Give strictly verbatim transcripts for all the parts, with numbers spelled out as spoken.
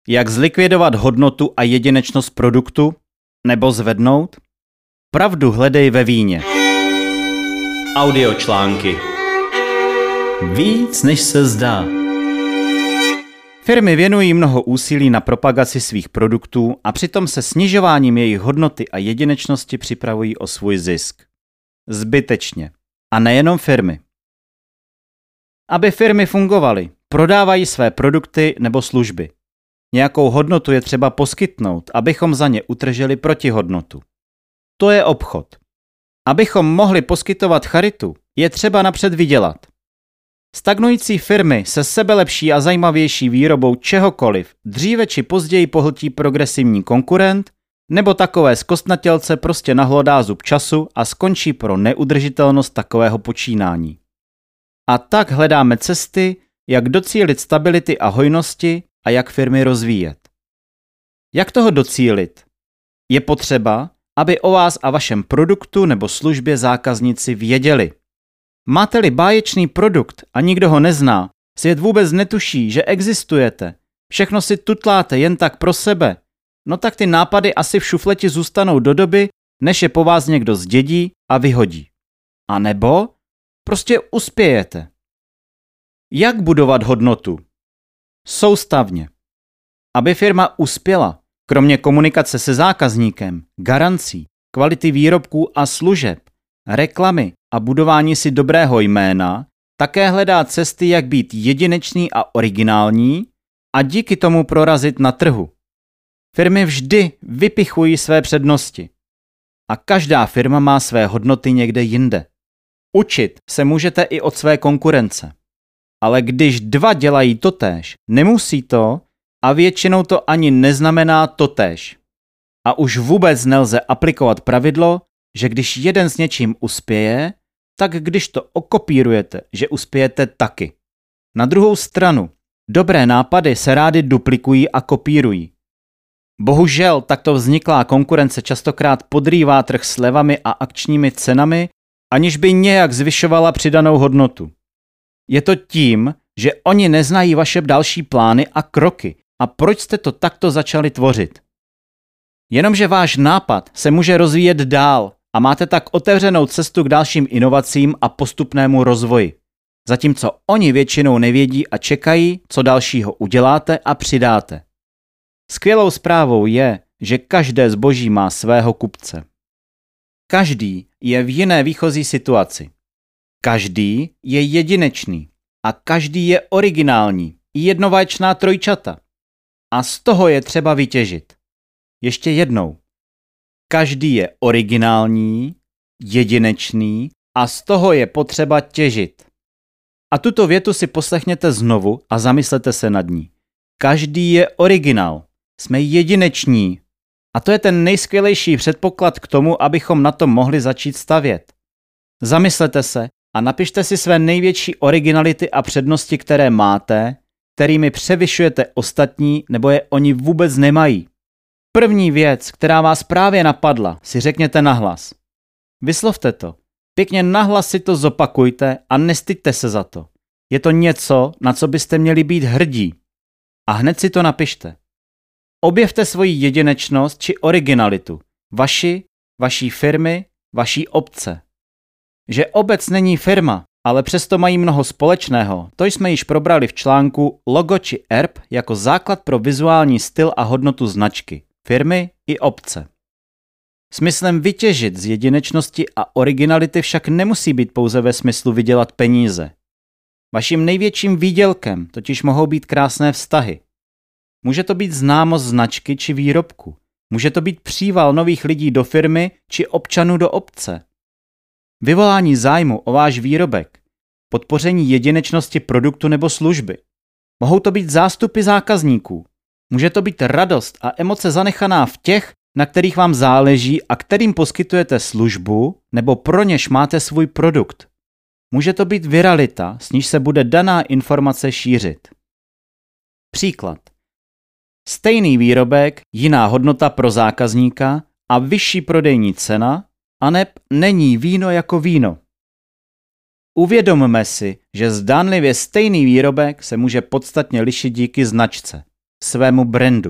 Jak zlikvidovat hodnotu a jedinečnost produktu nebo zvednout? Pravdu hledej ve víně. Audiočlánky. Víc než se zdá. Firmy věnují mnoho úsilí na propagaci svých produktů a přitom se snižováním jejich hodnoty a jedinečnosti připravují o svůj zisk. Zbytečně. A nejenom firmy. Aby firmy fungovaly, prodávají své produkty nebo služby. Nějakou hodnotu je třeba poskytnout, abychom za ně utrželi protihodnotu. To je obchod. Abychom mohli poskytovat charitu, je třeba napřed vydělat. Stagnující firmy se sebelepší a zajímavější výrobou čehokoliv dříve či později pohltí progresivní konkurent, nebo takové zkostnatělce prostě nahlodá zub času a skončí pro neudržitelnost takového počínání. A tak hledáme cesty, jak docílit stability a hojnosti a jak firmy rozvíjet. Jak toho docílit? Je potřeba, aby o vás a vašem produktu nebo službě zákazníci věděli. Máte-li báječný produkt a nikdo ho nezná, svět vůbec netuší, že existujete, všechno si tutláte jen tak pro sebe, no tak ty nápady asi v šufleti zůstanou do doby, než je po vás někdo zdědí a vyhodí. A nebo prostě uspějete. Jak budovat hodnotu? Soustavně. Aby firma uspěla, kromě komunikace se zákazníkem, garancí, kvality výrobků a služeb, reklamy a budování si dobrého jména, také hledá cesty, jak být jedinečný a originální a díky tomu prorazit na trhu. Firmy vždy vypichují své přednosti. A každá firma má své hodnoty někde jinde. Učit se můžete i od své konkurence. Ale když dva dělají totéž, nemusí to a většinou to ani neznamená totéž. A už vůbec nelze aplikovat pravidlo, že když jeden s něčím uspěje, tak když to okopírujete, že uspějete taky. Na druhou stranu, dobré nápady se rády duplikují a kopírují. Bohužel takto vzniklá konkurence častokrát podrývá trh slevami a akčními cenami, aniž by nějak zvyšovala přidanou hodnotu. Je to tím, že oni neznají vaše další plány a kroky a proč jste to takto začali tvořit. Jenomže váš nápad se může rozvíjet dál a máte tak otevřenou cestu k dalším inovacím a postupnému rozvoji. Zatímco oni většinou nevědí a čekají, co dalšího uděláte a přidáte. Skvělou zprávou je, že každé zboží má svého kupce. Každý je v jiné výchozí situaci. Každý je jedinečný a každý je originální, jednovaječná trojčata. A z toho je třeba vytěžit. Ještě jednou. Každý je originální, jedinečný a z toho je potřeba těžit. A tuto větu si poslechněte znovu a zamyslete se nad ní. Každý je originál. Jsme jedineční. A to je ten nejskvělejší předpoklad k tomu, abychom na to mohli začít stavět. Zamyslete se a napište si své největší originality a přednosti, které máte, kterými převyšujete ostatní nebo je oni vůbec nemají. První věc, která vás právě napadla, si řekněte nahlas. Vyslovte to. Pěkně nahlas si to zopakujte a nestyďte se za to. Je to něco, na co byste měli být hrdí. A hned si to napište. Objevte svoji jedinečnost či originalitu. Vaši, vaší firmy, vaší obce. Že obec není firma, ale přesto mají mnoho společného, to jsme již probrali v článku Logo či erb jako základ pro vizuální styl a hodnotu značky, firmy i obce. Smyslem vytěžit z jedinečnosti a originality však nemusí být pouze ve smyslu vydělat peníze. Vaším největším výdělkem totiž mohou být krásné vztahy. Může to být známost značky či výrobku. Může to být příval nových lidí do firmy či občanů do obce. Vyvolání zájmu o váš výrobek, podpoření jedinečnosti produktu nebo služby. Mohou to být zástupy zákazníků. Může to být radost a emoce zanechaná v těch, na kterých vám záleží a kterým poskytujete službu nebo pro něž máte svůj produkt. Může to být viralita, s níž se bude daná informace šířit. Příklad. Stejný výrobek, jiná hodnota pro zákazníka a vyšší prodejní cena, aneb není víno jako víno. Uvědomme si, že zdánlivě stejný výrobek se může podstatně lišit díky značce. svému brandu.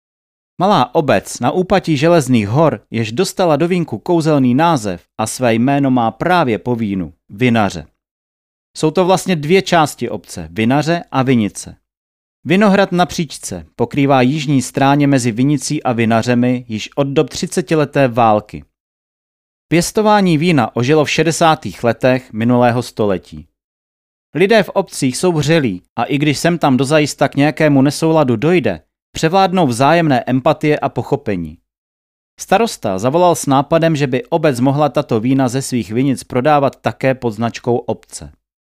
Malá obec na úpatí Železných hor, jež dostala do vínku kouzelný název a své jméno má právě po vínu, Vinaře. Jsou to vlastně dvě části obce, Vinaře a Vinice. Vinohrad na Příčce pokrývá jižní stráně mezi Vinicí a Vinařemi již od dob třicetileté války. Pěstování vína ožilo v šedesátých letech minulého století. Lidé v obcích jsou vřelí a i když sem tam dozajista k nějakému nesouladu dojde, převládnou vzájemné empatie a pochopení. Starosta zavolal s nápadem, že by obec mohla tato vína ze svých vinic prodávat také pod značkou obce.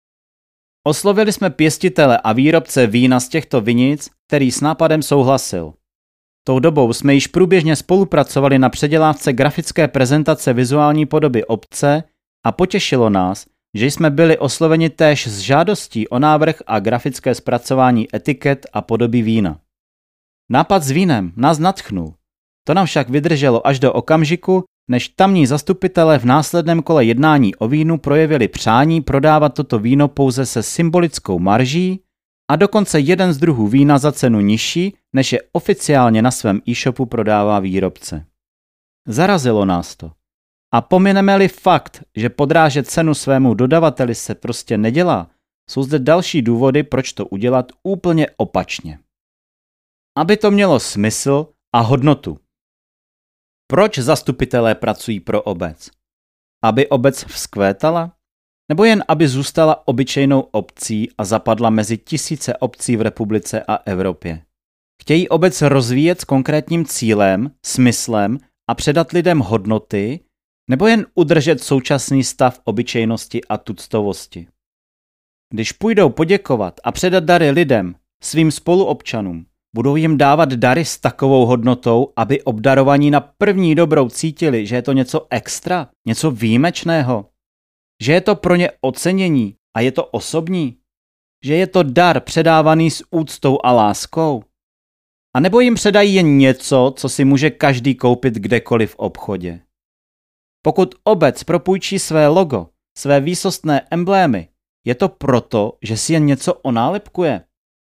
Oslovili jsme pěstitele a výrobce vína z těchto vinic, který s nápadem souhlasil. Tou dobou jsme již průběžně spolupracovali na předělávce grafické prezentace vizuální podoby obce a potěšilo nás, že jsme byli osloveni též s žádostí o návrh a grafické zpracování etiket a podoby vína. Nápad s vínem nás nadchnul. To nám však vydrželo až do okamžiku, než tamní zastupitelé v následném kole jednání o vínu projevili přání prodávat toto víno pouze se symbolickou marží a dokonce jeden z druhů vína za cenu nižší, než je oficiálně na svém e-shopu prodává výrobce. Zarazilo nás to. A pomineme-li fakt, že podrážet cenu svému dodavateli se prostě nedělá, jsou zde další důvody, proč to udělat úplně opačně. Aby to mělo smysl a hodnotu. Proč zastupitelé pracují pro obec? Aby obec vzkvétala? Nebo jen aby zůstala obyčejnou obcí a zapadla mezi tisíce obcí v republice a Evropě? Chtějí obec rozvíjet s konkrétním cílem, smyslem a předat lidem hodnoty, nebo jen udržet současný stav obyčejnosti a tuctovosti? Když půjdou poděkovat a předat dary lidem, svým spoluobčanům, budou jim dávat dary s takovou hodnotou, aby obdarovaní na první dobrou cítili, že je to něco extra, něco výjimečného, že je to pro ně ocenění a je to osobní, že je to dar předávaný s úctou a láskou. A nebo jim předají jen něco, co si může každý koupit kdekoliv v obchodě. Pokud obec propůjčí své logo, své výsostné emblémy, je to proto, že si jen něco onálepkuje.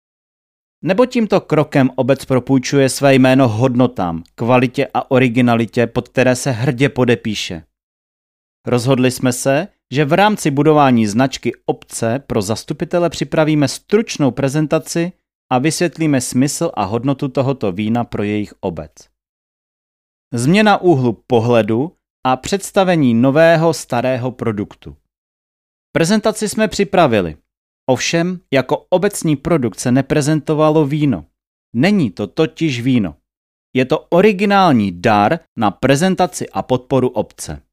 Nebo tímto krokem obec propůjčuje své jméno hodnotám, kvalitě a originalitě, pod které se hrdě podepíše. Rozhodli jsme se, že v rámci budování značky obce pro zastupitele připravíme stručnou prezentaci a vysvětlíme smysl a hodnotu tohoto vína pro jejich obec. Změna úhlu pohledu a představení nového starého produktu. Prezentaci jsme připravili. Ovšem, jako obecní produkt se neprezentovalo víno. Není to totiž víno. Je to originální dar na prezentaci a podporu obce.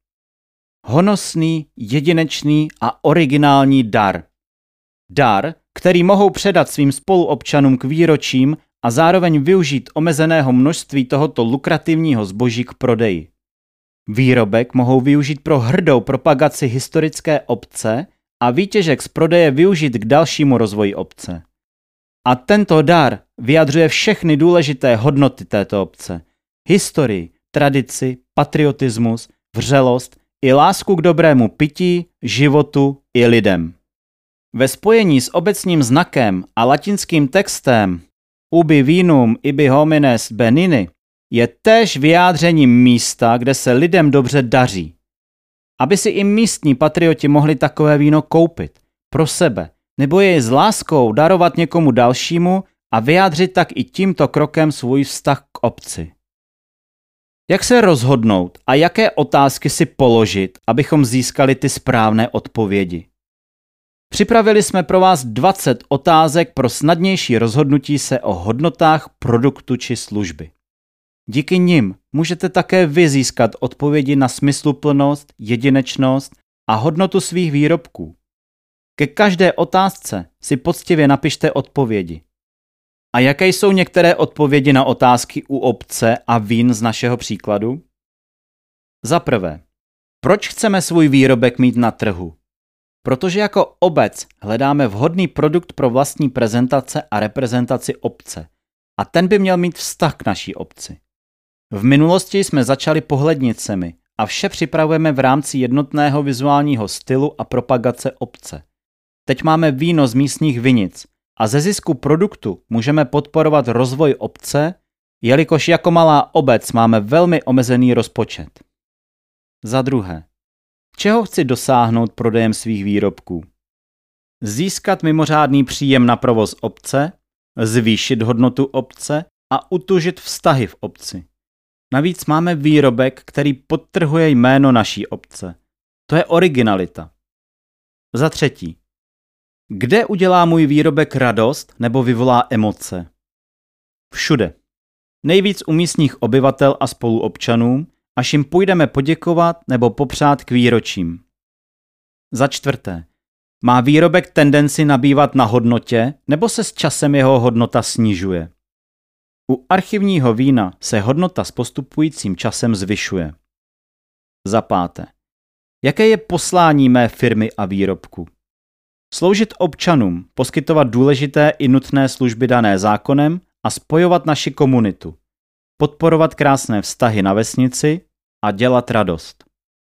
Honosný, jedinečný a originální dar. Dar, který mohou předat svým spoluobčanům k výročím a zároveň využít omezeného množství tohoto lukrativního zboží k prodeji. Výrobek mohou využít pro hrdou propagaci historické obce a výtěžek z prodeje využít k dalšímu rozvoji obce. A tento dar vyjadřuje všechny důležité hodnoty této obce. Historii, tradici, patriotismus, vřelost i lásku k dobrému pití, životu i lidem. Ve spojení s obecním znakem a latinským textem Ubi vinum ibi homines benini je též vyjádřením místa, kde se lidem dobře daří. Aby si i místní patrioti mohli takové víno koupit pro sebe nebo jej s láskou darovat někomu dalšímu a vyjádřit tak i tímto krokem svůj vztah k obci. Jak se rozhodnout a jaké otázky si položit, abychom získali ty správné odpovědi? Připravili jsme pro vás dvacet otázek pro snadnější rozhodnutí se o hodnotách produktu či služby. Díky nim můžete také vy získat odpovědi na smysluplnost, jedinečnost a hodnotu svých výrobků. Ke každé otázce si poctivě napište odpovědi. A jaké jsou některé odpovědi na otázky u obce a vín z našeho příkladu? Za prvé, proč chceme svůj výrobek mít na trhu? Protože jako obec hledáme vhodný produkt pro vlastní prezentace a reprezentaci obce a ten by měl mít vztah k naší obci. V minulosti jsme začali pohlednicemi a vše připravujeme v rámci jednotného vizuálního stylu a propagace obce. Teď máme víno z místních vinic a ze zisku produktu můžeme podporovat rozvoj obce, jelikož jako malá obec máme velmi omezený rozpočet. Za druhé, čeho chci dosáhnout prodejem svých výrobků? Získat mimořádný příjem na provoz obce, zvýšit hodnotu obce a utužit vztahy v obci. Navíc máme výrobek, který podtrhuje jméno naší obce. To je originalita. Za třetí, kde udělá můj výrobek radost nebo vyvolá emoce? Všude. Nejvíc u místních obyvatel a spoluobčanům, až jim půjdeme poděkovat nebo popřát k výročím. Za čtvrté, má výrobek tendenci nabývat na hodnotě nebo se s časem jeho hodnota snižuje? U archivního vína se hodnota s postupujícím časem zvyšuje. Za páté, jaké je poslání mé firmy a výrobku? Sloužit občanům, poskytovat důležité i nutné služby dané zákonem a spojovat naši komunitu, podporovat krásné vztahy na vesnici a dělat radost.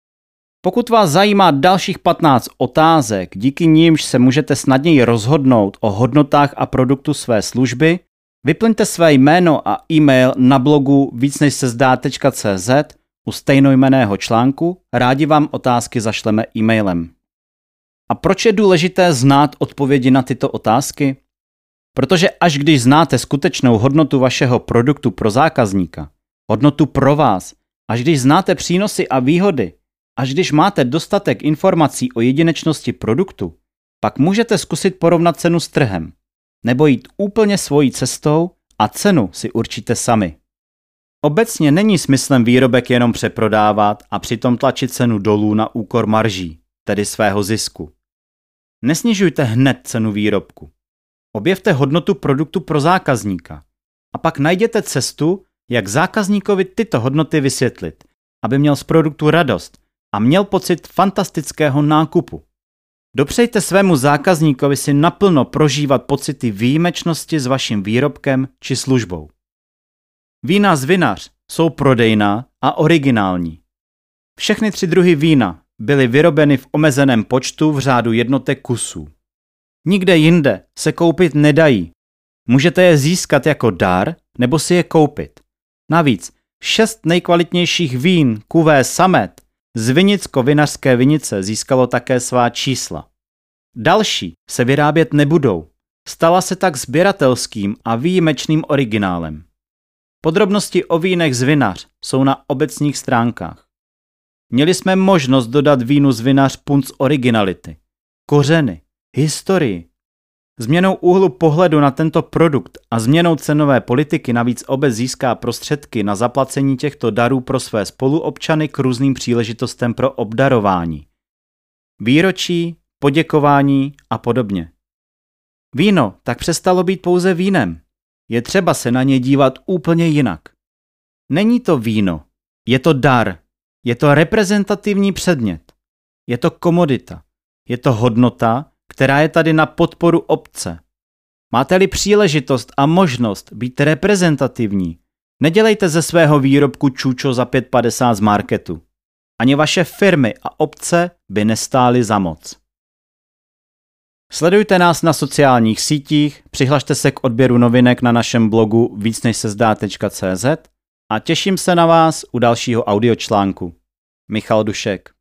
Pokud vás zajímá dalších patnáct otázek, díky nimž se můžete snadněji rozhodnout o hodnotách a produktu své služby, vyplňte své jméno a e-mail na blogu víc než se zdá tečka cé zet u stejnojmenného článku, rádi vám otázky zašleme e-mailem. A proč je důležité znát odpovědi na tyto otázky? Protože až když znáte skutečnou hodnotu vašeho produktu pro zákazníka, hodnotu pro vás, až když znáte přínosy a výhody, až když máte dostatek informací o jedinečnosti produktu, pak můžete zkusit porovnat cenu s trhem, nebo jít úplně svojí cestou a cenu si určíte sami. Obecně není smyslem výrobek jenom přeprodávat a přitom tlačit cenu dolů na úkor marží, tedy svého zisku. Nesnižujte hned cenu výrobku. Objevte hodnotu produktu pro zákazníka a pak najděte cestu, jak zákazníkovi tyto hodnoty vysvětlit, aby měl z produktu radost a měl pocit fantastického nákupu. Dopřejte svému zákazníkovi si naplno prožívat pocity výjimečnosti s vaším výrobkem či službou. Vína z vinař jsou prodejná a originální. Všechny tři druhy vína byly vyrobeny v omezeném počtu v řádu jednotek kusů. Nikde jinde se koupit nedají. Můžete je získat jako dar nebo si je koupit. Navíc šest nejkvalitnějších vín Cuvée Samet z Vinicko-vinařské vinice získalo také svá čísla. Další se vyrábět nebudou. Stala se tak sběratelským a výjimečným originálem. Podrobnosti o vínech z vinař jsou na obecních stránkách. Měli jsme možnost dodat vínu z vinař punc originality, kořeny, historii. Změnou úhlu pohledu na tento produkt a změnou cenové politiky navíc obec získá prostředky na zaplacení těchto darů pro své spoluobčany k různým příležitostem pro obdarování. Výročí, poděkování a podobně. Víno tak přestalo být pouze vínem. Je třeba se na ně dívat úplně jinak. Není to víno, je to dar, je to reprezentativní předmět, je to komodita, je to hodnota, která je tady na podporu obce. Máte-li příležitost a možnost být reprezentativní, nedělejte ze svého výrobku čučo za pět padesát z marketu. Ani vaše firmy a obce by nestály za moc. Sledujte nás na sociálních sítích, přihlašte se k odběru novinek na našem blogu víc než se zdá tečka cé zet a těším se na vás u dalšího audiočlánku. Michal Dušek.